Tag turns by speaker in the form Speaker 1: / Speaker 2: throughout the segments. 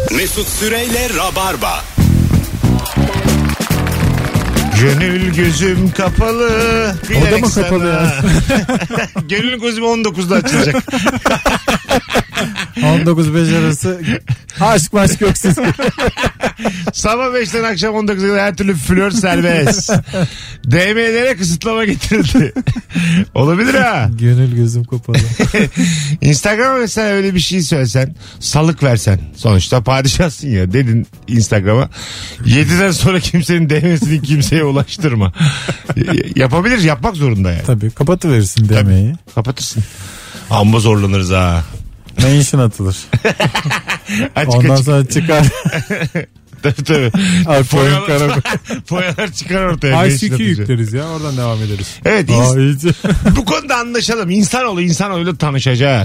Speaker 1: Mesut Süreyle Rabarba.
Speaker 2: Gönül gözüm kapalı.
Speaker 3: O da mı kapalı ya?
Speaker 2: Gönül gözüm 19'da açılacak.
Speaker 3: 19-5 arası aşk maşk yok siz.
Speaker 2: Sabah 5'ten akşam 19'a kadar her türlü flört serbest. DM'lere kısıtlama getirildi. Olabilir ha.
Speaker 3: Gönül gözüm kapalı.
Speaker 2: Instagram'a mesela öyle bir şey söylesen, salık versen, sonuçta padişahsın ya dedin Instagram'a, 7'den sonra kimsenin DM'sini kimseye ulaştırma. Yapabilir, yapmak zorunda yani.
Speaker 3: Tabii kapatıverirsin demeyi.
Speaker 2: Kapatırsın. Amma zorlanırız ha.
Speaker 3: Mention atılır.
Speaker 2: Açık
Speaker 3: Ondan
Speaker 2: açık.
Speaker 3: sonra çıkar.
Speaker 2: Tabii. Foyalar çıkar ortaya.
Speaker 4: ICQ yükleriz ya, oradan devam ederiz.
Speaker 2: Evet. Bu konuda anlaşalım. İnsanoğluyla tanışacak.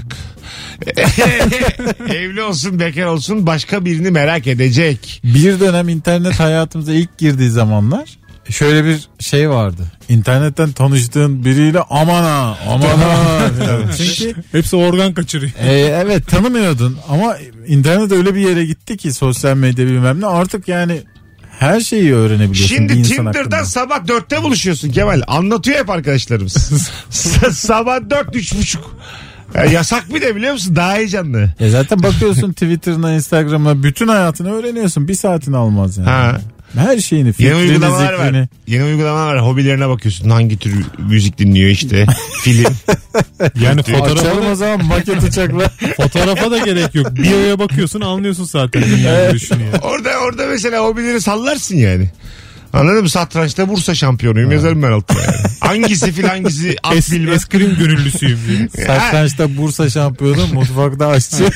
Speaker 2: Evli olsun, bekar olsun, başka birini merak edecek.
Speaker 3: Bir dönem internet hayatımıza ilk girdiği zamanlar şöyle bir şey vardı. İnternetten tanıştığın biriyle aman ha. Çünkü
Speaker 4: hepsi organ kaçırıyor.
Speaker 3: Evet, tanımıyordun ama internet öyle bir yere gitti ki, sosyal medya bilmem ne, artık yani her şeyi öğrenebiliyorsun.
Speaker 2: Şimdi
Speaker 3: bir insan
Speaker 2: Tinder'dan
Speaker 3: hakkında.
Speaker 2: sabah 4'te buluşuyorsun Kemal. Anlatıyor hep arkadaşlarımız. Sabah 4, 3.30. Yasak bir de, biliyor musun? Daha heyecanlı.
Speaker 3: Zaten bakıyorsun Twitter'ına, Instagram'a, bütün hayatını öğreniyorsun. Bir saatini almaz yani.
Speaker 2: Ha.
Speaker 3: Her şeyini,
Speaker 2: Yeni
Speaker 3: fikrini,
Speaker 2: uygulamalar var.
Speaker 3: zikrini.
Speaker 2: Yeni uygulamalar var. Hobilerine bakıyorsun. Hangi tür müzik dinliyor işte. Film.
Speaker 4: Yani
Speaker 3: Açalım o zaman maket uçakla.
Speaker 4: fotoğrafa da gerek yok. Bio'ya bakıyorsun, anlıyorsun zaten dünyanın görüşünü ya.
Speaker 2: Orada mesela hobileri sallarsın yani. Anladın mı? Satrançta Bursa şampiyonuyum. Yazarım ben altına yani. Hangisi fil, hangisi at bilmem.
Speaker 4: Eskrim gönüllüsüyüm diye.
Speaker 3: Satrançta Bursa şampiyonu, mutfakta aşçı.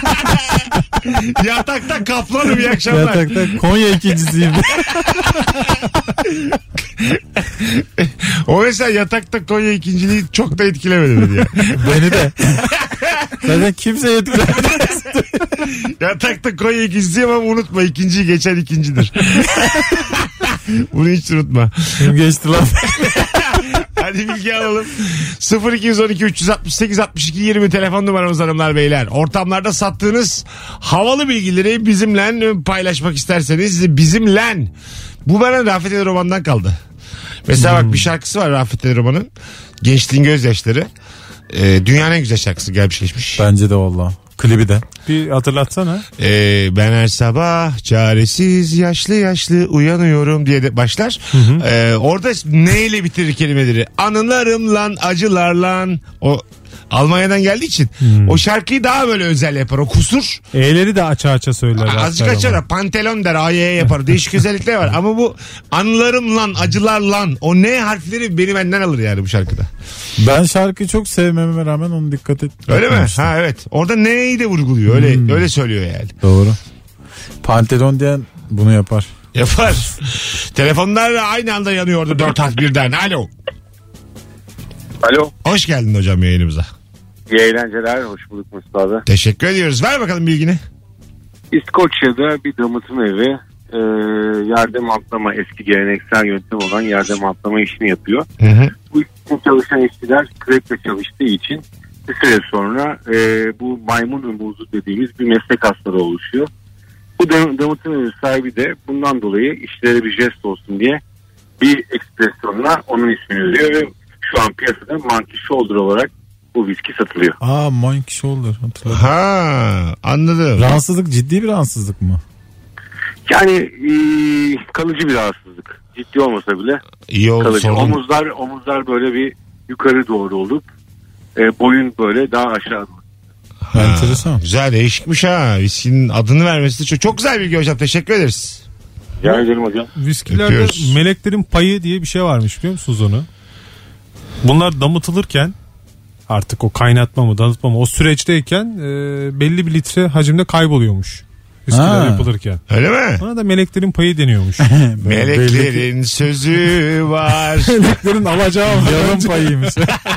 Speaker 2: Yatakta kaplanım, iyi akşamlar.
Speaker 3: Yatakta Konya ikincisiyim.
Speaker 2: O mesela yatakta Konya ikinciliği çok da etkilemedi beni ya.
Speaker 3: Beni de. Zaten kimse etkilemez.
Speaker 2: Yatakta Konya ikincisiyim ama unutma, ikinciyi geçen ikincidir. Bunu hiç unutma.
Speaker 3: Kim geçti lan?
Speaker 2: Hadi bilgi alalım. 0212 368 62 20 telefon numaramız hanımlar beyler. Ortamlarda sattığınız havalı bilgileri bizimle paylaşmak isterseniz bizimle. Bu bana Rafet El Roman'dan kaldı. Mesela bak, bir şarkısı var Rafet El Roman'ın. Gençliğin Gözyaşları. Dünyanın en güzel şarkısı, gelmiş geçmiş.
Speaker 3: Bence de valla. Klibi de.
Speaker 4: Bir hatırlatsana.
Speaker 2: Ben her sabah çaresiz yaşlı uyanıyorum diye de başlar. Orada neyle bitirir kelimeleri? Anılarımla, acılarla. O Almanya'dan geldiği için o şarkıyı daha böyle özel yapar. O kusur.
Speaker 4: E'leri de açığa söyler.
Speaker 2: Azıcık açar. Pantelon der, AY'ye yapar. Değişik özellikler var. Ama bu anılarımla, acılarla, o ne harfleri beni benden alır yani bu şarkıda.
Speaker 3: Ben şarkıyı çok sevmeme rağmen onu dikkat et.
Speaker 2: Öyle mi? Ha, evet. Orada neyi de vurguluyor. Öyle söylüyor yani.
Speaker 3: Doğru. Pantelon diyen bunu yapar.
Speaker 2: Yapar. Telefonlar aynı anda yanıyordu 4 harf birden. Alo.
Speaker 5: Alo.
Speaker 2: Hoş geldin hocam yayınımıza.
Speaker 5: İyi eğlenceler. Hoş bulduk Mesut abi.
Speaker 2: Teşekkür ediyoruz. Ver bakalım bilgini.
Speaker 5: İskoçya'da bir damıtım evi yerdem atlama, eski geleneksel yöntem olan yerdem atlama işini yapıyor. Bu için çalışan işçiler kürekle çalıştığı için bir süre sonra bu maymun umuzu dediğimiz bir meslek hastalığı oluşuyor. Bu damıtım evi sahibi de bundan dolayı işlere bir jest olsun diye bir ekspresyonla onun ismini veriyor ve şu an piyasada Monkey Shoulder olarak bu viski satılıyor.
Speaker 3: Monkey Shoulder, hatırladım.
Speaker 2: Ha, anladım.
Speaker 3: Rahatsızlık ciddi bir rahatsızlık mı?
Speaker 5: Yani kalıcı bir rahatsızlık. Ciddi olmasa bile
Speaker 2: İyi oldu,
Speaker 5: kalıcı.
Speaker 2: sorun.
Speaker 5: Omuzlar böyle bir yukarı doğru olup boyun böyle daha aşağı doğru.
Speaker 3: Enteresan.
Speaker 2: Güzel, değişikmiş ha. Viskinin adını vermesi de çok güzel bilgi hocam. Teşekkür ederiz.
Speaker 5: Rica ederim hocam.
Speaker 4: Viskilerde
Speaker 2: Öpüyoruz.
Speaker 4: meleklerin payı diye bir şey varmış, biliyor musunuz onu? Bunlar damıtılırken, artık o kaynatma mı damıtma mı, o süreçteyken belli bir litre hacimde kayboluyormuş. Viskiler yapılırken.
Speaker 2: Öyle mi?
Speaker 4: Ona da meleklerin payı deniyormuş.
Speaker 2: Meleklerin sözü var.
Speaker 3: Meleklerin alacağı yarım payıymış.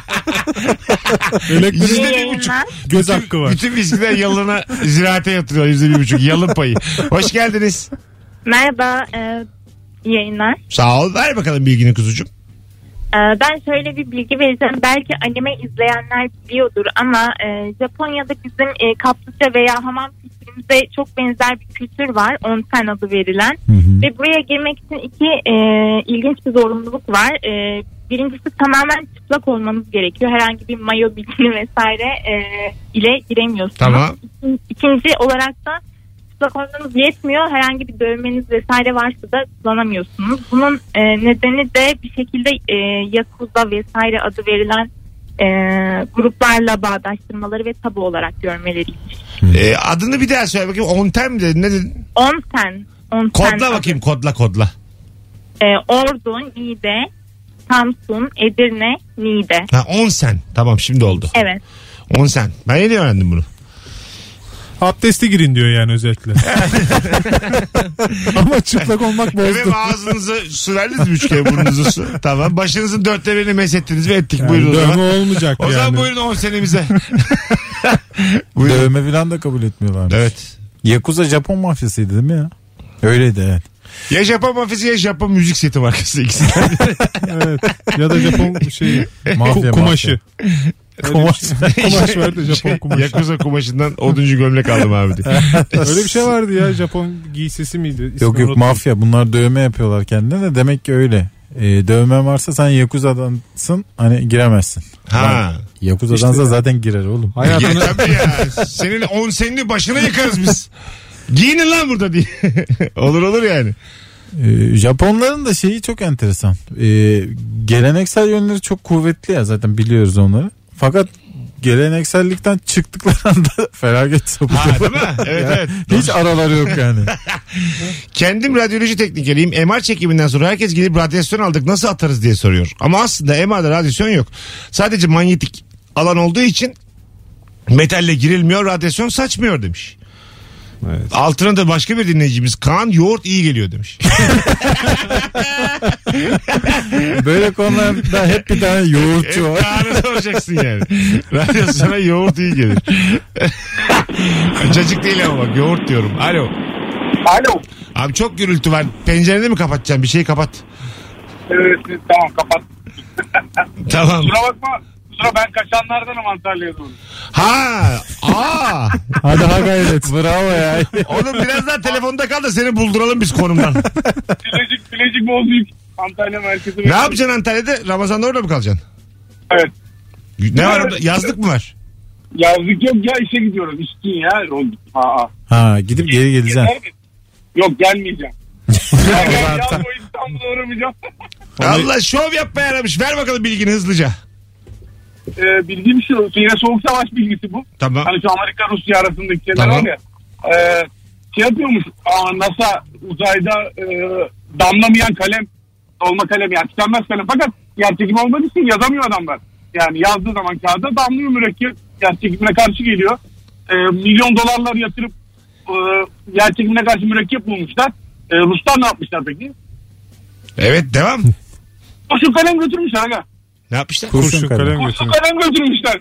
Speaker 4: Meleklerin
Speaker 2: %1,5.
Speaker 4: göz hakkı var.
Speaker 2: Bütün viskiler yalına, ziraate yatırıyor %1,5. Yalın payı. Hoş geldiniz.
Speaker 6: Merhaba, iyi yayınlar.
Speaker 2: Sağ ol. Ver bakalım bilgini kuzucuğum.
Speaker 6: Ben şöyle bir bilgi vereceğim. Belki anime izleyenler biliyordur ama Japonya'da bizim kaplıca veya hamam kültürümüze çok benzer bir kültür var. Onsen adı verilen. Ve buraya girmek için iki ilginç bir zorunluluk var. Birincisi tamamen çıplak olmanız gerekiyor. Herhangi bir mayo bikini vesaire ile giremiyorsunuz.
Speaker 2: Tamam.
Speaker 6: İkinci olarak da çıplak olmanız yetmiyor. Herhangi bir dövmeniz vesaire varsa da kullanamıyorsunuz. Bunun nedeni de bir şekilde Yakuza vesaire adı verilen gruplarla bağdaştırmaları ve tabu olarak görmeleriymiş.
Speaker 2: Adını bir daha söyle bakayım. Onten mi dedin? Ne dedin?
Speaker 6: Onsen.
Speaker 2: Kodla bakayım. Kodla.
Speaker 6: Ordu, Niğde, Samsun, Edirne, Niğde.
Speaker 2: Onsen. Tamam şimdi oldu.
Speaker 6: Evet.
Speaker 2: Onsen. Ben yeni öğrendim bunu.
Speaker 4: Abdeste girin diyor yani özetle. Ama çıplak olmak bozdu.
Speaker 2: Evet, ağzınıza su verdiniz mi 3 kere burnunuzu su? Tamam. Başınızın 4'te mesettiniz ve ettik.
Speaker 4: Yani
Speaker 2: buyurun o
Speaker 4: dövme
Speaker 2: zaman.
Speaker 4: olmayacak
Speaker 2: O
Speaker 4: yani.
Speaker 2: zaman buyurun 10 senemize.
Speaker 3: Dövme falan da kabul etmiyorlar.
Speaker 2: Evet.
Speaker 3: Yakuza Japon mafyasıydı değil mi ya? Öyleydi evet.
Speaker 2: Ya Japon mafyası ya Japon müzik seti markası ikisi.
Speaker 4: Evet. Ya da Japon
Speaker 3: Mafya,
Speaker 4: kumaşı. Kumaş vardı, Japon kumaşı.
Speaker 2: Yakuza kumaşından 10. gömlek aldım abi diye.
Speaker 4: Öyle bir şey vardı ya, Japon giysisi miydi?
Speaker 3: Yok mafya, bunlar dövme yapıyorlar kendine de, demek ki öyle. Dövmen varsa sen Yakuza'dansın, hani giremezsin.
Speaker 2: Ha.
Speaker 3: Yakuza'dansa işte, zaten girer oğlum.
Speaker 2: Hayatını... Tabii ya. Senin 10 senini başına yıkarız biz. Giyinin lan burada diye. olur yani.
Speaker 3: Japonların da şeyi çok enteresan. Geleneksel yönleri çok kuvvetli ya, zaten biliyoruz onları. Fakat geleneksellikten çıktıkları anda felaket sapıyor.
Speaker 2: Ha değil mi? Evet
Speaker 3: yani,
Speaker 2: evet.
Speaker 3: Hiç araları yok yani.
Speaker 2: Kendim radyoloji teknikeriyim. MR çekiminden sonra herkes gidip radyasyon aldık nasıl atarız diye soruyor. Ama aslında MR'da radyasyon yok. Sadece manyetik alan olduğu için metalle girilmiyor, radyasyon saçmıyor demiş. Evet. Altına da başka bir dinleyicimiz Kaan yoğurt iyi geliyor demiş.
Speaker 3: Böyle konularda hep bir tane yoğurtçu var.
Speaker 2: Kaan'a soracaksın yani. Radyasyona yoğurt iyi gelir. Cacık değil ama bak, yoğurt diyorum. Alo. Abi çok gürültü var. Pencereni mi kapatacaksın? Bir şeyi kapat.
Speaker 7: Evet tamam kapat.
Speaker 2: Tamam.
Speaker 7: Kusura bakma. Ben kaçanlardanım Antalya'ya doğru.
Speaker 3: Hadi ha gayret. Bravo ya.
Speaker 2: Oğlum biraz daha telefonda kal da seni bulduralım biz konumdan.
Speaker 7: Bilecik Bozüyük Antalya merkezi.
Speaker 2: Ne yapacaksın Antalya'da? Ramazan'da orada mı kalacaksın?
Speaker 7: Evet.
Speaker 2: Ne var orada? Yazlık mı var?
Speaker 7: Yazlık yok ya, işe gidiyoruz. İşçiyim ya.
Speaker 3: Ha gidip geri geleceksin.
Speaker 7: Yok gelmeyeceğim. Ya o İstanbul'a uğramayacağım.
Speaker 2: Allah şov yapmaya aramış. Ver bakalım bilgini hızlıca.
Speaker 7: Bildiğim şey yine soğuk savaş bilgisi bu.
Speaker 2: Tamam.
Speaker 7: Hani şu Amerika-Rusya arasındaki şeyler
Speaker 2: tamam.
Speaker 7: var ya. Şey yapıyormuş NASA uzayda damlamayan kalem, dolma kalem, yani tükenmez kalem. Fakat yerçekim olmadığı için yazamıyor adamlar. Yani yazdığı zaman kağıda damlıyor mürekkep, yerçekimine karşı geliyor. Milyon dolarlar yatırıp yerçekimine karşı mürekkep bulmuşlar. Ruslar ne yapmışlar peki?
Speaker 2: Evet devam.
Speaker 7: Kurşun kalem götürmüşler aga.
Speaker 2: Ne yapmışlar?
Speaker 3: Kurşun kalem
Speaker 7: götürmüşler.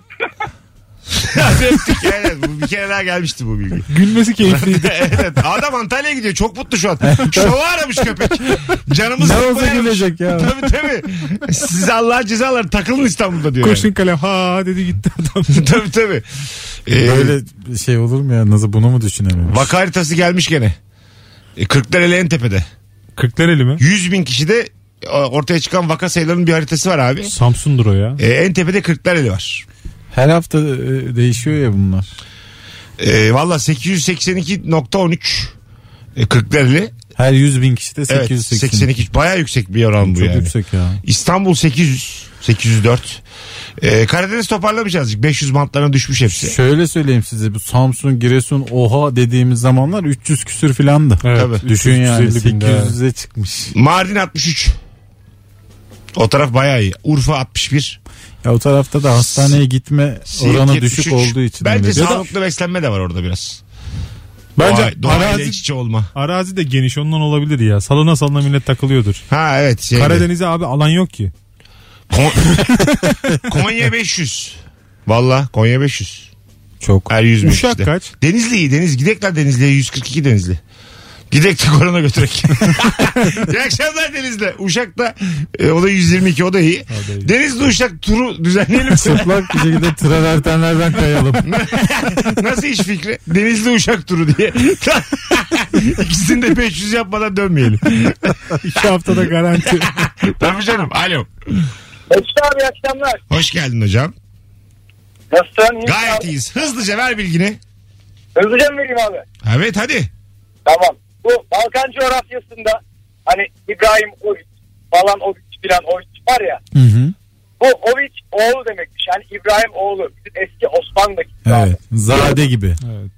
Speaker 2: Evet, bu bir kere daha gelmişti bu bilgi.
Speaker 4: Gülmesi keyifliydi.
Speaker 2: Evet, adam Antalya'ya gidiyor, çok mutlu şu an. Şova aramış köpek. Canımız
Speaker 3: ne olsa gülecek ya.
Speaker 2: Tabii. Siz Allah'ın cezaları takılın İstanbul'da diyor.
Speaker 4: Kurşun
Speaker 2: yani.
Speaker 4: kalem ha dedi gitti adam.
Speaker 2: tabii.
Speaker 3: Böyle şey olur mu ya? Nasıl, bunu mu düşünemiyoruz?
Speaker 2: Vaka haritası gelmiş gene. Kırklareli en tepede.
Speaker 4: Kırklareli mi?
Speaker 2: 100.000 kişide ortaya çıkan vaka sayılarının bir haritası var abi.
Speaker 4: Samsun'dur o ya.
Speaker 2: En tepede Kırklareli var.
Speaker 3: Her hafta değişiyor ya bunlar.
Speaker 2: Valla 882.13 Kırklareli.
Speaker 3: Her 100.000 kişide 882.
Speaker 2: Evet, baya yüksek bir oran bu
Speaker 3: çok
Speaker 2: yani.
Speaker 3: Çok yüksek ya.
Speaker 2: İstanbul 804. Karadeniz toparlamış azıcık. 500 bantlarına düşmüş hepsi.
Speaker 3: Şöyle söyleyeyim size, bu Samsun, Giresun, Oha dediğimiz zamanlar 300 küsür filandı.
Speaker 2: Evet, tabii.
Speaker 3: Düşün yani 800'e çıkmış.
Speaker 2: Mardin 63. O taraf bayağı iyi. Urfa 61.
Speaker 3: Ya o tarafta da hastaneye gitme oranı düşük olduğu için.
Speaker 2: Bence
Speaker 3: öyle.
Speaker 2: sağlıklı beslenme de var orada biraz.
Speaker 4: Bence
Speaker 2: doğayla iç içe olma.
Speaker 4: Arazi de geniş, ondan olabilir ya. Salına millet takılıyordur.
Speaker 2: Ha evet.
Speaker 4: Karadeniz'e abi alan yok ki.
Speaker 2: Konya 500. Valla Konya 500.
Speaker 3: Çok.
Speaker 2: Her 100 bin
Speaker 4: Uşak
Speaker 2: işte.
Speaker 4: kaç?
Speaker 2: Denizli iyi. Gidekler Denizli'ye 142 Denizli. Gidek de korona götürek. İyi akşamlar Deniz'de. Uşak'ta o da 122, o da iyi. Denizli Uşak turu düzenleyelim.
Speaker 3: Çıplak bir şekilde travertenlerden kayalım.
Speaker 2: Nasıl iş fikri? Denizli Uşak turu diye. İkisini de 500 yapmadan dönmeyelim.
Speaker 4: 2 haftada garanti.
Speaker 2: Tabii canım. Alo.
Speaker 8: Mesut abi iyi akşamlar.
Speaker 2: Hoş geldin hocam.
Speaker 8: Nasılsın? İyi
Speaker 2: Gayet
Speaker 8: abi.
Speaker 2: iyiyiz. Hızlıca ver bilgini.
Speaker 8: Hızlıca mı vereyim abi?
Speaker 2: Evet hadi.
Speaker 8: Tamam. Bu Balkan coğrafyasında hani İbrahim Oviç falan Oviç filan Oviç var ya.
Speaker 3: Hı hı.
Speaker 8: Bu Oviç oğlu demekmiş. Yani İbrahim oğlu. Bizim eski Osmanlı'daki.
Speaker 3: Evet. Zade gibi.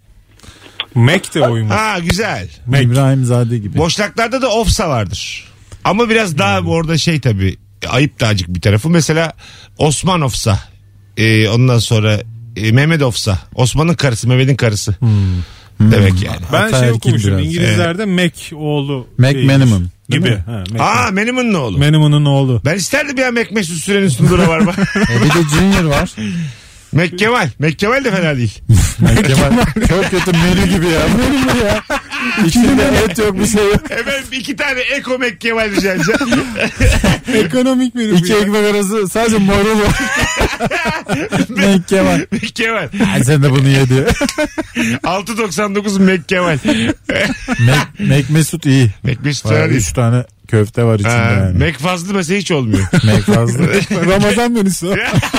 Speaker 4: Mac de oymuş.
Speaker 2: Ha güzel.
Speaker 3: İbrahim Zade gibi.
Speaker 2: Boşlaklarda da ofsa vardır. Ama biraz daha orada şey tabii ayıp da acık bir tarafı. Mesela Osman ofsa. Ondan sonra Mehmet ofsa. Osman'ın karısı, Mehmet'in karısı. Demek yani.
Speaker 4: Ben
Speaker 3: Hata
Speaker 4: şey
Speaker 3: erkin
Speaker 4: okumuşum.
Speaker 3: biraz.
Speaker 4: İngilizlerde Mac oğlu.
Speaker 3: McManaman.
Speaker 4: Gibi.
Speaker 3: Değil mi?
Speaker 4: Ha, Mac.
Speaker 2: Aa Menemen'in oğlu.
Speaker 4: Meneman'ın oğlu.
Speaker 2: Ben isterdim ya Mac Mesut Süren'in sunduğuna var mı?
Speaker 3: Bir de Junior var.
Speaker 2: Mac Kemal. Mac Kemal de fena değil.
Speaker 3: Kemal çok kötü menü gibi ya. Menü mü ya? İçinde et yok, bir şey yok.
Speaker 2: Efendim 2 tane Eko Mac Kemal rica edeceğim.
Speaker 4: Ekonomik menü.
Speaker 3: 2 ekmek arası sadece marul var. Kemal.
Speaker 2: Mac Kemal.
Speaker 3: Ha, sen de bunu ye diyor.
Speaker 2: 6.99 Mac Kemal.
Speaker 3: Mac Mesut iyi.
Speaker 2: Mac Mesut fena değil.
Speaker 3: 3 tane köfte var içinde
Speaker 2: Ha,
Speaker 3: yani.
Speaker 2: Mac fazla mesela hiç olmuyor.
Speaker 3: Mac fazla.
Speaker 4: Ramazan menüsü.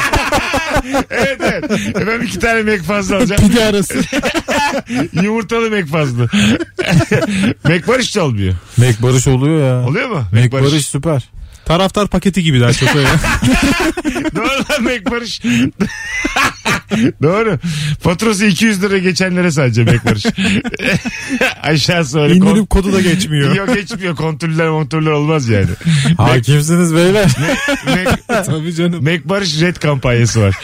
Speaker 2: Evet evet. Efendim 2 tane Mac fazla alacağım.
Speaker 4: Pide arası.
Speaker 2: Yumurtalı Mac fazla. Mac Barış da olmuyor.
Speaker 3: Mac Barış oluyor ya.
Speaker 2: Oluyor mu?
Speaker 3: Mac Barış süper.
Speaker 4: Taraftar paketi gibi daha çok öyle.
Speaker 2: Doğru lan Mac Barış. Doğru. Faturası 200 lira geçenlere sadece Mac Barış. Aşağısı öyle.
Speaker 4: İndirim kodu da geçmiyor.
Speaker 2: Yok geçmiyor. Kontroller olmaz yani.
Speaker 3: Hakimsiniz beyler.
Speaker 4: Tabii canım.
Speaker 2: Mac Barış Red kampanyası var.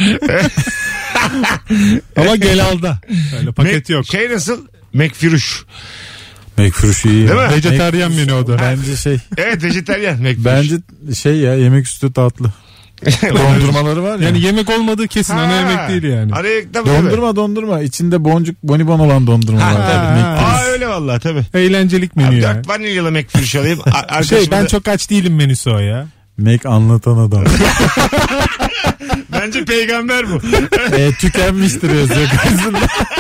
Speaker 4: Ama gel alda. Öyle paket yok.
Speaker 2: Şey nasıl? Mac Firuş.
Speaker 3: Mac Furuş iyi.
Speaker 2: Değil mi?
Speaker 4: Vejetaryen menü o da.
Speaker 3: Bence şey.
Speaker 2: Evet vejetaryen Mac Firuş.
Speaker 3: Bence şey ya, yemek üstü tatlı. Dondurmaları var ya.
Speaker 4: Yani yemek olmadığı kesin, ana yemek değil yani.
Speaker 2: Ana yemek tabii.
Speaker 3: Dondurma. İçinde boncuk bonibon olan dondurma
Speaker 2: Ha,
Speaker 3: var.
Speaker 2: tabii.
Speaker 3: Mac Furuş.
Speaker 2: Aa öyle vallahi tabii.
Speaker 4: Eğlencelik menü
Speaker 2: Abi,
Speaker 4: ya.
Speaker 2: 4 vanilyalı Mac Firuş alayım.
Speaker 4: Ben çok aç değilim menüsü o ya.
Speaker 3: Mac anlatan adam.
Speaker 2: Bence peygamber bu.
Speaker 3: Tükenmiştir yazıyor karşısında.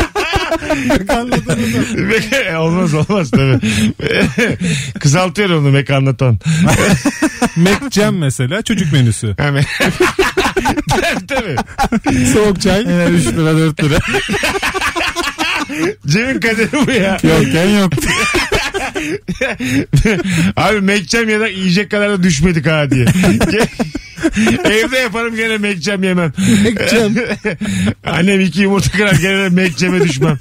Speaker 2: Olmaz tabii. Kısaltıyor onu Mac anlatan.
Speaker 4: Mac Jam mesela çocuk menüsü.
Speaker 2: Hemen. Tabii.
Speaker 4: Soğuk çay.
Speaker 3: Yine 3 lira 4 lira.
Speaker 2: Cem'in kaderi bu ya.
Speaker 3: Yokken yok.
Speaker 2: Abi Mekcem ya da yiyecek kadar da düşmedik ha diye. Evde yaparım gene Mekcem yemem.
Speaker 4: Mekcem.
Speaker 2: Annem 2 yumurta kırar gene de Mekcem'e düşmem.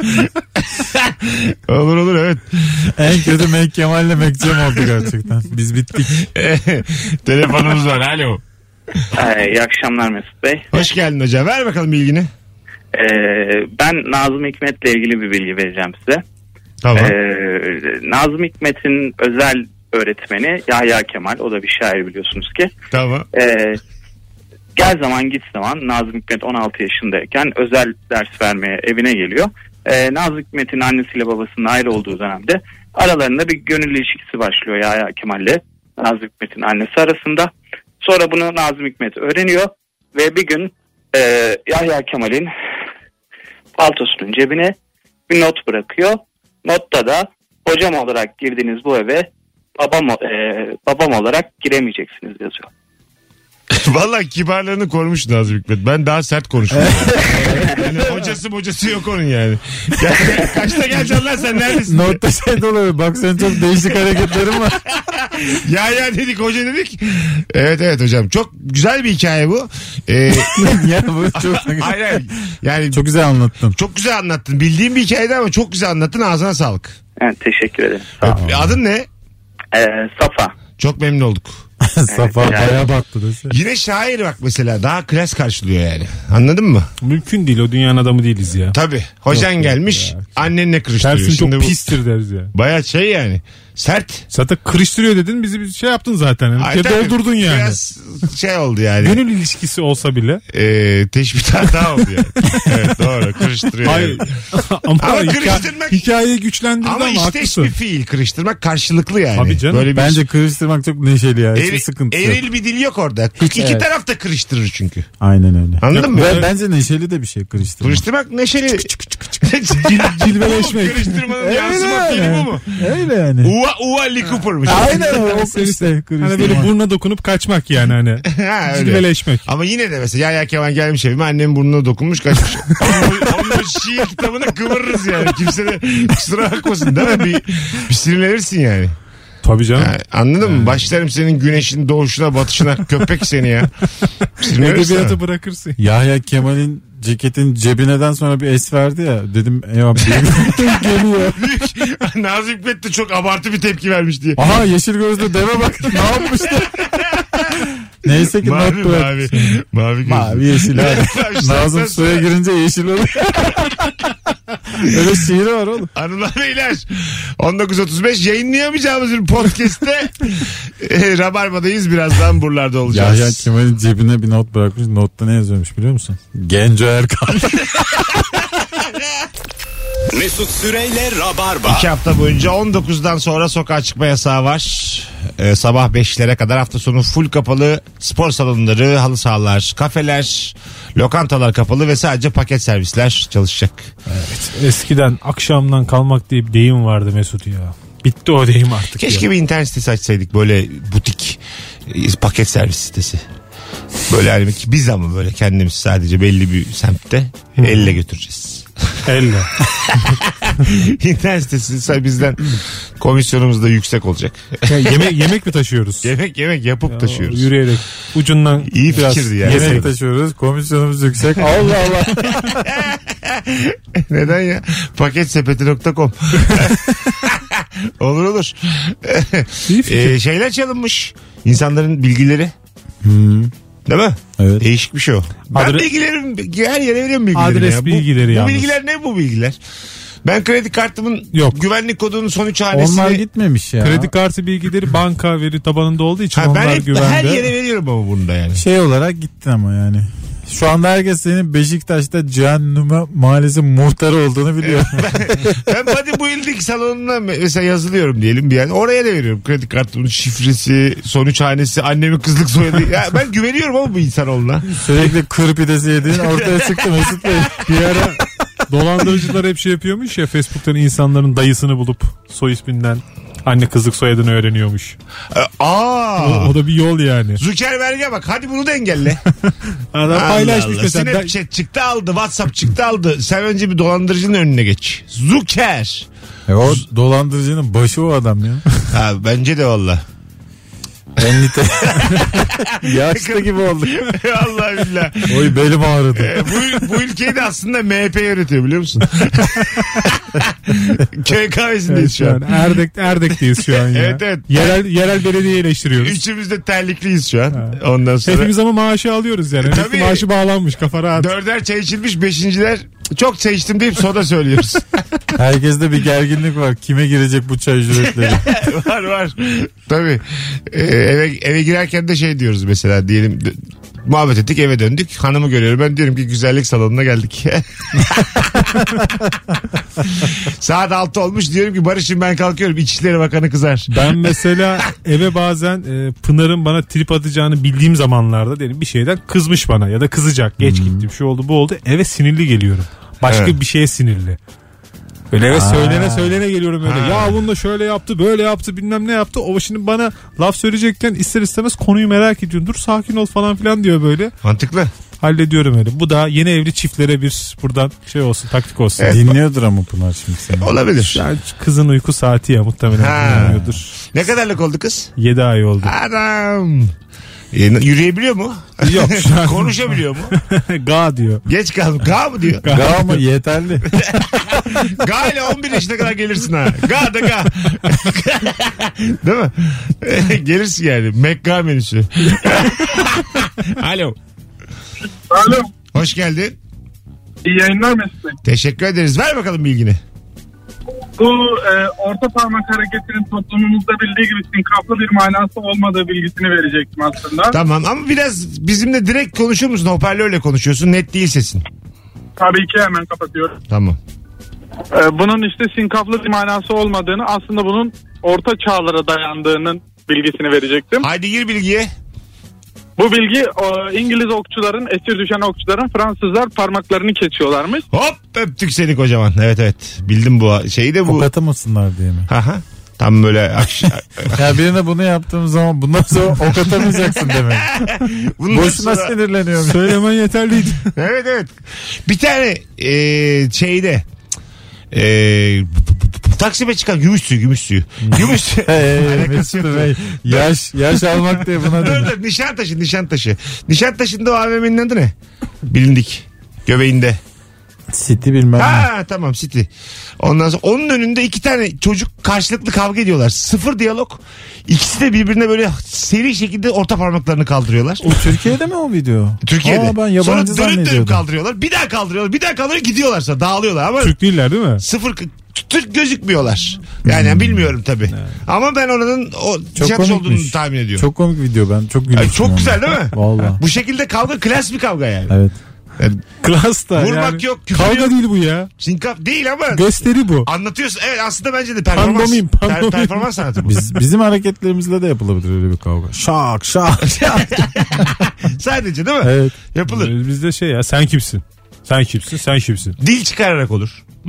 Speaker 2: Olur evet.
Speaker 3: En kötü Mac Kemal'le Mac Cem oldu gerçekten. Biz bittik.
Speaker 2: Telefonumuz var. Alo.
Speaker 9: İyi akşamlar Mesut Bey.
Speaker 2: Hoş geldin hocam. Ver bakalım bilgini.
Speaker 9: Ben Nazım Hikmet'le ilgili bir bilgi vereceğim size.
Speaker 2: Tamam.
Speaker 9: Nazım Hikmet'in özel öğretmeni Yahya Kemal. O da bir şair biliyorsunuz ki.
Speaker 2: Tamam.
Speaker 9: Gel zaman git zaman Nazım Hikmet 16 yaşındayken özel ders vermeye evine geliyor. Nazım Hikmet'in annesiyle babasının ayrı olduğu dönemde aralarında bir gönüllü ilişkisi başlıyor Yahya Kemal'le Nazım Hikmet'in annesi arasında. Sonra bunu Nazım Hikmet öğreniyor ve bir gün Yahya Kemal'in paltosunun cebine bir not bırakıyor. Notta da hocam olarak girdiğiniz bu eve babam olarak giremeyeceksiniz yazıyor.
Speaker 2: Vallahi kibarlığını korumuş Nazım Hikmet. Ben daha sert konuşuyorum. Yani hocası yok onun yani. Kaçta geleceksin lan sen neredesin?
Speaker 3: Notta şey de olabilir. Bak senin çok değişik hareketlerin var.
Speaker 2: Ya dedik hoca dedik. Evet hocam. Çok güzel bir hikaye bu.
Speaker 3: Ya bu çok
Speaker 2: Hayır. Yani
Speaker 3: çok güzel anlattın.
Speaker 2: çok güzel anlattın. Bildiğim bir hikayeydi ama çok güzel anlattın. Ağzına sağlık.
Speaker 9: Evet, teşekkür ederim. Sağ olun.
Speaker 2: Adın ne?
Speaker 9: Safa.
Speaker 2: Çok memnun olduk.
Speaker 3: Safa
Speaker 5: Yani-
Speaker 3: bayağı battı desene.
Speaker 2: Yine şair bak mesela daha klas karşılıyor yani. Anladın mı?
Speaker 4: Mümkün değil, o dünyanın adamı değiliz ya.
Speaker 2: Tabii. Hocan
Speaker 4: Yok
Speaker 2: gelmiş
Speaker 4: ya.
Speaker 2: annenle kırıştırıyor.
Speaker 4: Tersin çok
Speaker 2: Şimdi bu
Speaker 4: pistir deriz ya.
Speaker 2: baya şey yani. Sert.
Speaker 4: Zaten kırıştırıyor dedin, bizi bir şey yaptın zaten. Yani.
Speaker 2: Ay,
Speaker 4: Bir
Speaker 2: tabii,
Speaker 4: doldurdun yani.
Speaker 2: Biraz şey oldu yani.
Speaker 4: Gönül ilişkisi olsa bile.
Speaker 2: Teşbih hata oldu yani. Evet doğru kırıştırıyor.
Speaker 4: Hayır.
Speaker 2: Yani.
Speaker 4: ama
Speaker 2: Ama kırıştırmak-
Speaker 4: hikayeyi güçlendirdi ama,
Speaker 2: Ama işte
Speaker 4: haklısın.
Speaker 2: bir fiil kırıştırmak karşılıklı yani.
Speaker 4: Tabii canım.
Speaker 2: Böyle bir
Speaker 3: Bence kırıştırmak çok neşeli ya. Hiçbir
Speaker 2: eri-
Speaker 3: sıkıntı yok.
Speaker 2: eril bir dil yok orada. İki
Speaker 3: evet.
Speaker 2: taraf da kırıştırır çünkü.
Speaker 3: Aynen öyle.
Speaker 2: Anladın mı?
Speaker 3: Ve bence neşeli de bir şey kırıştırmak.
Speaker 2: Kırıştırmak neşeli.
Speaker 4: Cilveleşmek.
Speaker 2: Kırıştırmanın yansıma fiili bu mu?
Speaker 3: Öyle yani.
Speaker 2: Uva Lee Cooper'mış.
Speaker 3: Aynen o işte
Speaker 4: Hani
Speaker 3: kırıştırmak.
Speaker 4: böyle burnuna dokunup kaçmak yani hani.
Speaker 2: Ha, öyle.
Speaker 4: Cilveleşmek.
Speaker 2: Ama yine de mesela ya Kemal gelmiş evime annemin burnuna dokunmuş kaçmış. Onun şiir kitabını kıvırırız yani. Kimse de kusura bakmasın değil mi? Bir sinirlenirsin yani.
Speaker 4: Tabii canım.
Speaker 2: Ha, anladın mı? Başlarım senin güneşin doğuşuna batışına köpek seni ya. Sinirlenirsin.
Speaker 4: Edebiyatı bırakırsın.
Speaker 3: Yahya Kemal'in ceketin cebineden sonra bir es verdi ya. Dedim eyvah benim geliyor.
Speaker 2: Nazım Hikmet de çok abartı bir tepki vermiş diye.
Speaker 3: Aha yeşil gözlü deve bak ne yapmıştı. Neyse ki
Speaker 2: Mavi
Speaker 3: not bırak.
Speaker 2: mavi. Mavi gözlü.
Speaker 3: Mavi yeşil abi.
Speaker 2: İşte
Speaker 3: Nazım
Speaker 2: ondan
Speaker 3: suya
Speaker 2: sonra-
Speaker 3: girince yeşil oluyor. Öyle şiiri var oğlum.
Speaker 2: Hanımlar beyler 19.35 yayınlayamayacağımız bir podcast'te Rabarba'dayız. Birazdan buralarda olacağız.
Speaker 3: Yahya Kemal'in cebine bir not bırakmış. Notta ne yazıyormuş biliyor musun? Genco Erkan.
Speaker 1: Mesut Süreyle Rabarba.
Speaker 2: 2 hafta boyunca 19'dan sonra sokağa çıkma yasağı var. Sabah 5'lere kadar hafta sonu full kapalı. Spor salonları, halı sahalar, kafeler, lokantalar kapalı ve sadece paket servisler çalışacak.
Speaker 4: Eskiden akşamdan kalmak diye bir deyim vardı Mesut ya. Bitti o deyim artık.
Speaker 2: Keşke
Speaker 4: ya.
Speaker 2: bir internet sitesi açsaydık böyle butik paket servis sitesi. Böyle hani biz ama böyle kendimiz sadece belli bir semtte elle götüreceğiz.
Speaker 4: Elle.
Speaker 2: İnternet sitesi bizden komisyonumuz da yüksek olacak.
Speaker 4: Yemek mi taşıyoruz?
Speaker 2: Yemek yapıp taşıyoruz.
Speaker 4: Yürüyerek. Ucundan
Speaker 2: İyi
Speaker 4: biraz
Speaker 2: fikirdi yani.
Speaker 4: yemek
Speaker 3: Yemek taşıyoruz. Komisyonumuz yüksek. Allah Allah.
Speaker 2: Neden ya? Paketsepeti.com Olur.
Speaker 4: İyi fikir.
Speaker 2: Şeyler çalınmış. İnsanların bilgileri. Değil mi?
Speaker 3: Evet.
Speaker 2: Değişik bir şey o. Ben
Speaker 4: Adre-
Speaker 2: bilgilerim her yere veriyorum bilgilerimi.
Speaker 4: Adres
Speaker 2: ya.
Speaker 4: bilgileri
Speaker 2: bu
Speaker 4: yalnız.
Speaker 2: bilgiler ne bu bilgiler? Ben kredi kartımın
Speaker 4: Yok.
Speaker 2: güvenlik kodunun son 3 hanesini...
Speaker 3: Onlar gitmemiş ya.
Speaker 4: Kredi kartı bilgileri banka veri tabanında olduğu için
Speaker 2: Ha, ben
Speaker 4: onlar
Speaker 2: hep
Speaker 4: güvende.
Speaker 2: her yere veriyorum ama bunda yani.
Speaker 3: Şey olarak gittin ama yani. Şu anda herkes senin Beşiktaş'ta Cehenneme Mahallesi muhtarı olduğunu biliyor.
Speaker 2: Ben bodybuilding salonuna mesela yazılıyorum diyelim bir yerde. Oraya da veriyorum kredi kartımın şifresi, son 3 hanesi, annemin kızlık soyadı. Ya ben güveniyorum ama bu insanoğluna.
Speaker 3: Sürekli kır pidesi yediğin ortaya çıktı Mesut Bey.
Speaker 4: Bir ara dolandırıcılar hep şey yapıyormuş ya, Facebook'tan insanların dayısını bulup soy isminden anne kızlık soyadını öğreniyormuş. O da bir yol yani.
Speaker 2: Zuckerberg'e bak hadi bunu da engelle.
Speaker 4: Adam paylaşmış
Speaker 2: Allah.
Speaker 4: mesela.
Speaker 2: Snapchat çıktı aldı, WhatsApp çıktı aldı. Sen önce bir dolandırıcının önüne geç. Zucker.
Speaker 3: O dolandırıcının başı o adam ya.
Speaker 2: Ha, bence de valla.
Speaker 3: En nite. Yaşlı gibi oldu.
Speaker 2: Allah billah.
Speaker 3: Oy belim ağrıdı.
Speaker 2: Bu ülkeyi de aslında MHP yönetiyor biliyor musun? Köy kahvesindeyiz şu an.
Speaker 4: Erdek'teyiz şu an ya.
Speaker 2: Evet.
Speaker 4: Yerel belediye eleştiriyoruz.
Speaker 2: Üçümüz de terlikliyiz şu an. Ondan sonra
Speaker 4: Hepimiz ama maaşı alıyoruz yani.
Speaker 2: Tabii.
Speaker 4: Tabii. Maaşı bağlanmış, kafa rahat.
Speaker 2: 4'er çay içilmiş, 5.'ler çok çay içtim deyip soda söylüyoruz.
Speaker 3: Herkeste bir gerginlik var. Kime girecek bu çay ücretleri?
Speaker 2: var. Tabii. Eve girerken de şey diyoruz mesela diyelim muhabbet ettik eve döndük. Hanımı görüyorum ben diyorum ki güzellik salonuna geldik. Saat 6 olmuş diyorum ki Barış'ım ben kalkıyorum. İçişleri Bakanı kızar.
Speaker 4: Ben mesela eve bazen Pınar'ın bana trip atacağını bildiğim zamanlarda diyelim bir şeyden kızmış bana ya da kızacak. Geç gittim şu oldu bu oldu, eve sinirli geliyorum. Başka
Speaker 2: Evet.
Speaker 4: bir şeye sinirli. Böyle eve söylene geliyorum öyle. Ya bunu da şöyle yaptı böyle yaptı bilmem ne yaptı. O şimdi bana laf söyleyecekken ister istemez konuyu merak ediyorum. Dur sakin ol falan filan diyor böyle.
Speaker 2: Mantıklı.
Speaker 4: Hallediyorum öyle. Bu da yeni evli çiftlere bir buradan şey olsun, taktik olsun.
Speaker 2: Evet.
Speaker 3: Dinliyordur ama Pınar şimdi seni.
Speaker 2: Olabilir.
Speaker 4: Yani kızın uyku saati ya muhtemelen
Speaker 2: Ha.
Speaker 4: dinlemiyordur.
Speaker 2: Ne kadarlık oldu kız?
Speaker 4: 7 ay oldu.
Speaker 2: Adam. Yürüyebiliyor mu?
Speaker 4: Yok şu an.
Speaker 2: Konuşabiliyor mu?
Speaker 4: Ga diyor.
Speaker 2: Geç kaldım. Ga mı diyor?
Speaker 3: Ga mı? Yeterli.
Speaker 2: Ga ile 11 yaşına kadar gelirsin ha. Ga da ga. Değil mi? Gelirsin yani. Mekka menüsü. Alo.
Speaker 7: Alo.
Speaker 2: Hoş geldin.
Speaker 7: İyi yayınlar Mesut Bey.
Speaker 2: Teşekkür ederiz. Ver bakalım bilgini.
Speaker 7: Bu orta parmak hareketinin toplumumuzda bildiği gibi sinkaflı bir manası olmadığı bilgisini verecektim aslında.
Speaker 2: Tamam ama biraz bizimle direkt konuşuyor musun? Hoparlörle konuşuyorsun. Net değil sesin.
Speaker 7: Tabii ki hemen kapatıyorum.
Speaker 2: Tamam.
Speaker 7: Bunun işte sinkaflı bir manası olmadığını, aslında bunun orta çağlara dayandığının bilgisini verecektim.
Speaker 2: Haydi gir bilgiye.
Speaker 7: Bu bilgi İngiliz okçuların, esir düşen okçuların Fransızlar parmaklarını kesiyorlarmış.
Speaker 2: Hop öptük seni kocaman. Evet. Bildim bu şeyi de bu.
Speaker 3: Ok atamasınlar diye mi?
Speaker 2: Aha. Tam böyle
Speaker 3: Ya birine bunu yaptığım zaman bundan sonra ok atamayacaksın demek. Boşuna
Speaker 2: sonra...
Speaker 3: sinirleniyorum.
Speaker 4: Söylemen yeterliydi.
Speaker 2: Evet. Bir tane şeyde Taksim'e çıkan gümüş suyu. Gümüş suyu. Alakası yok.
Speaker 3: Bey, yaş almak diye buna değil.
Speaker 2: Dur Nişantaşı. Nişantaşı'nda o AVM'nin adı ne? Bilindik. Göbeğinde.
Speaker 3: City bilmem.
Speaker 2: Ha tamam City. Ondan sonra onun önünde 2 tane çocuk karşılıklı kavga ediyorlar. Sıfır diyalog. İkisi de birbirine böyle seri şekilde orta parmaklarını kaldırıyorlar.
Speaker 3: O Türkiye'de mi o video?
Speaker 2: Türkiye'de.
Speaker 3: Ben yabancı
Speaker 2: sonra dönüp
Speaker 3: zannediyordum.
Speaker 2: kaldırıyorlar. Bir daha kaldırıyorlar. Gidiyorlar sonra dağılıyorlar ama
Speaker 4: Türk değiller değil mi?
Speaker 2: sıfır Türk gözükmüyorlar. Yani bilmiyorum tabii. Evet. Ama ben onun o nişantaşı olduğunu tahmin ediyorum.
Speaker 3: Çok komik video, ben çok gülüyorum.
Speaker 2: Çok güzel değil mi?
Speaker 3: Vallahi.
Speaker 2: Bu şekilde kavga klas bir kavga yani.
Speaker 3: Evet.
Speaker 2: Yani,
Speaker 4: Klas da
Speaker 2: vurmak
Speaker 4: yani.
Speaker 2: yok.
Speaker 4: Kavga
Speaker 2: yok.
Speaker 4: değil bu ya.
Speaker 2: Sinkaf değil ama.
Speaker 4: Gösteri bu.
Speaker 2: Anlatıyorsun. Evet aslında bence de performans.
Speaker 4: Pandomim.
Speaker 2: Performans sanatı bu.
Speaker 3: Bizim hareketlerimizle de yapılabilir öyle bir kavga. Şak.
Speaker 2: Sadece değil mi?
Speaker 3: Evet.
Speaker 2: Yapılır.
Speaker 4: Bizde şey ya, sen kimsin? Sen kimsin?
Speaker 2: Dil çıkararak olur.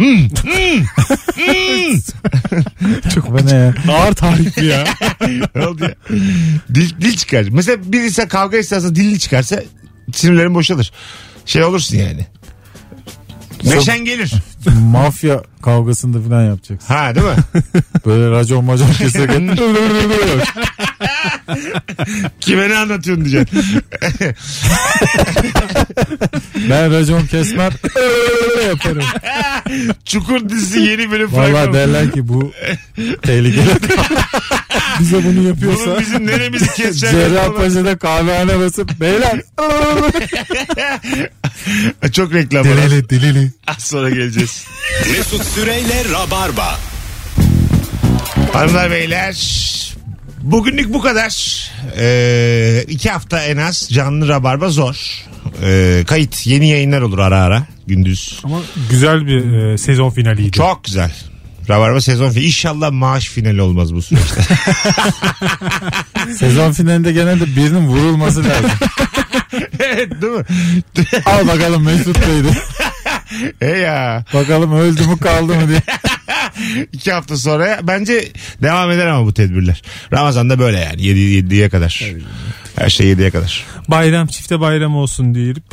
Speaker 3: Çok bu ne ya?
Speaker 4: Ağır tarihli ya.
Speaker 2: Ne oldu ya? Dil çıkar. Mesela birisi kavga esnasında dilini çıkarsa sinirlerin boşalır. Şey olursun yani. Neşen gelir.
Speaker 3: Mafya kavgasında falan yapacaksın.
Speaker 2: Ha değil mi?
Speaker 3: Böyle racon keserken.
Speaker 2: Kime ne anlatıyorsun diyeceksin.
Speaker 3: Ben racon kesmem. Öyle yaparım.
Speaker 2: Çukur dizisi yeni bölüm
Speaker 3: Valla
Speaker 2: fragmanı.
Speaker 3: derler ki bu tehlikeli. Bize bunu yapıyorsa.
Speaker 2: Bunun bizim neremizi kesecek.
Speaker 3: Cerrahpaşa'da kahvehane basıp beyler.
Speaker 2: Çok reklam var.
Speaker 3: Dilili.
Speaker 2: Az sonra geleceğiz.
Speaker 1: Mesut Süreyle Rabarba.
Speaker 2: Hanımlar beyler, bugünlük bu kadar. 2 hafta en az canlı Rabarba zor. Kayıt yeni yayınlar olur ara gündüz.
Speaker 4: Ama güzel bir sezon finaliydi.
Speaker 2: Çok güzel. Rabarba sezon finali. İnşallah maaş finali olmaz bu süreçte.
Speaker 3: Sezon finalinde genelde birinin vurulması lazım.
Speaker 2: Evet değil mi?
Speaker 3: Al bakalım Mesut Bey'di.
Speaker 2: Ya.
Speaker 3: Bakalım öldü mü kaldı mı diye.
Speaker 2: 2 hafta sonra bence devam eder ama bu tedbirler. Ramazan'da böyle yani 7'ye kadar. Her şey 7'ye kadar.
Speaker 4: Bayram çifte bayram olsun deyip.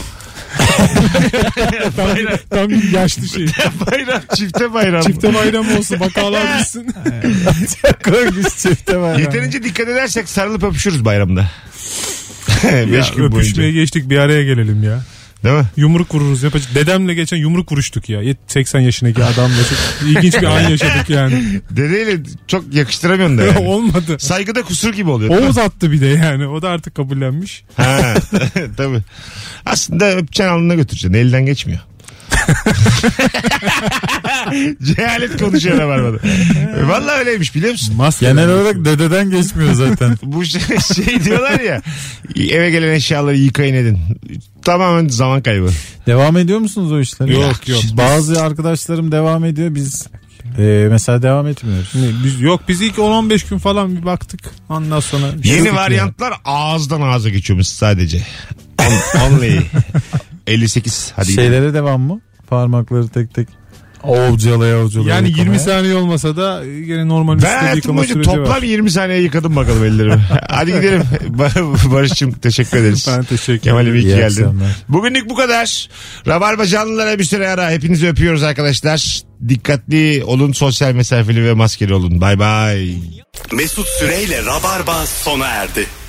Speaker 4: tam bir yaşlı şey.
Speaker 2: Bayram çifte bayram.
Speaker 4: Çifte bayram olsun vakalar bitsin.
Speaker 3: Çok korkunç çifte var.
Speaker 2: Yeterince dikkat edersek sarılıp öpüşürüz bayramda. 5 gün boyunca.
Speaker 4: Öpüşmeye geçtik, bir araya gelelim ya.
Speaker 2: Değil mi?
Speaker 4: Yumruk vururuz yapacak. Dedemle geçen yumruk vuruştuk ya. 80 yaşındaki adamla çok ilginç bir an yaşadık yani.
Speaker 2: Dedeyle çok yakıştıramıyorsun da yani.
Speaker 4: Olmadı.
Speaker 2: Saygıda kusur gibi oluyor.
Speaker 4: Oğuz attı bir de yani. O da artık kabullenmiş.
Speaker 2: Ha, tabii. Aslında öpeceksin alnına götüreceksin. Elden geçmiyor. Cehalet konuşuyor da var bana. Vallahi öyleymiş biliyor musun?
Speaker 3: Genel olarak dededen geçmiyor zaten.
Speaker 2: Bu şey diyorlar ya, eve gelen eşyaları yıkayın edin. Tamamen zaman kaybı.
Speaker 3: Devam ediyor musunuz o işlere?
Speaker 4: Yok.
Speaker 3: Bazı arkadaşlarım devam ediyor. Biz mesela devam etmiyoruz.
Speaker 4: Biz ilk 10-15 gün falan bir baktık. Ondan sonra
Speaker 2: yeni varyantlar ağızdan ağza geçiyormuş sadece. Only 58. Hadi
Speaker 3: şeylere devam mı? Parmakları tek tek ovcalaya
Speaker 4: yani
Speaker 3: yıkamaya.
Speaker 4: 20 saniye olmasa da gene normal
Speaker 2: ben hayatım boyunca toplam 20 saniye yıkadım bakalım ellerimi. Hadi gidelim. Barış'cığım teşekkür ederiz.
Speaker 4: Ben teşekkür ederim.
Speaker 2: Kemal'im iyi ki geldin.
Speaker 3: Akşamlar.
Speaker 2: Bugünlük bu kadar. Rabarba canlılara bir süre ara. Hepinizi öpüyoruz arkadaşlar. Dikkatli olun, sosyal mesafeli ve maskeli olun. Bay bay.
Speaker 1: Mesut Süreyle Rabarba sona erdi.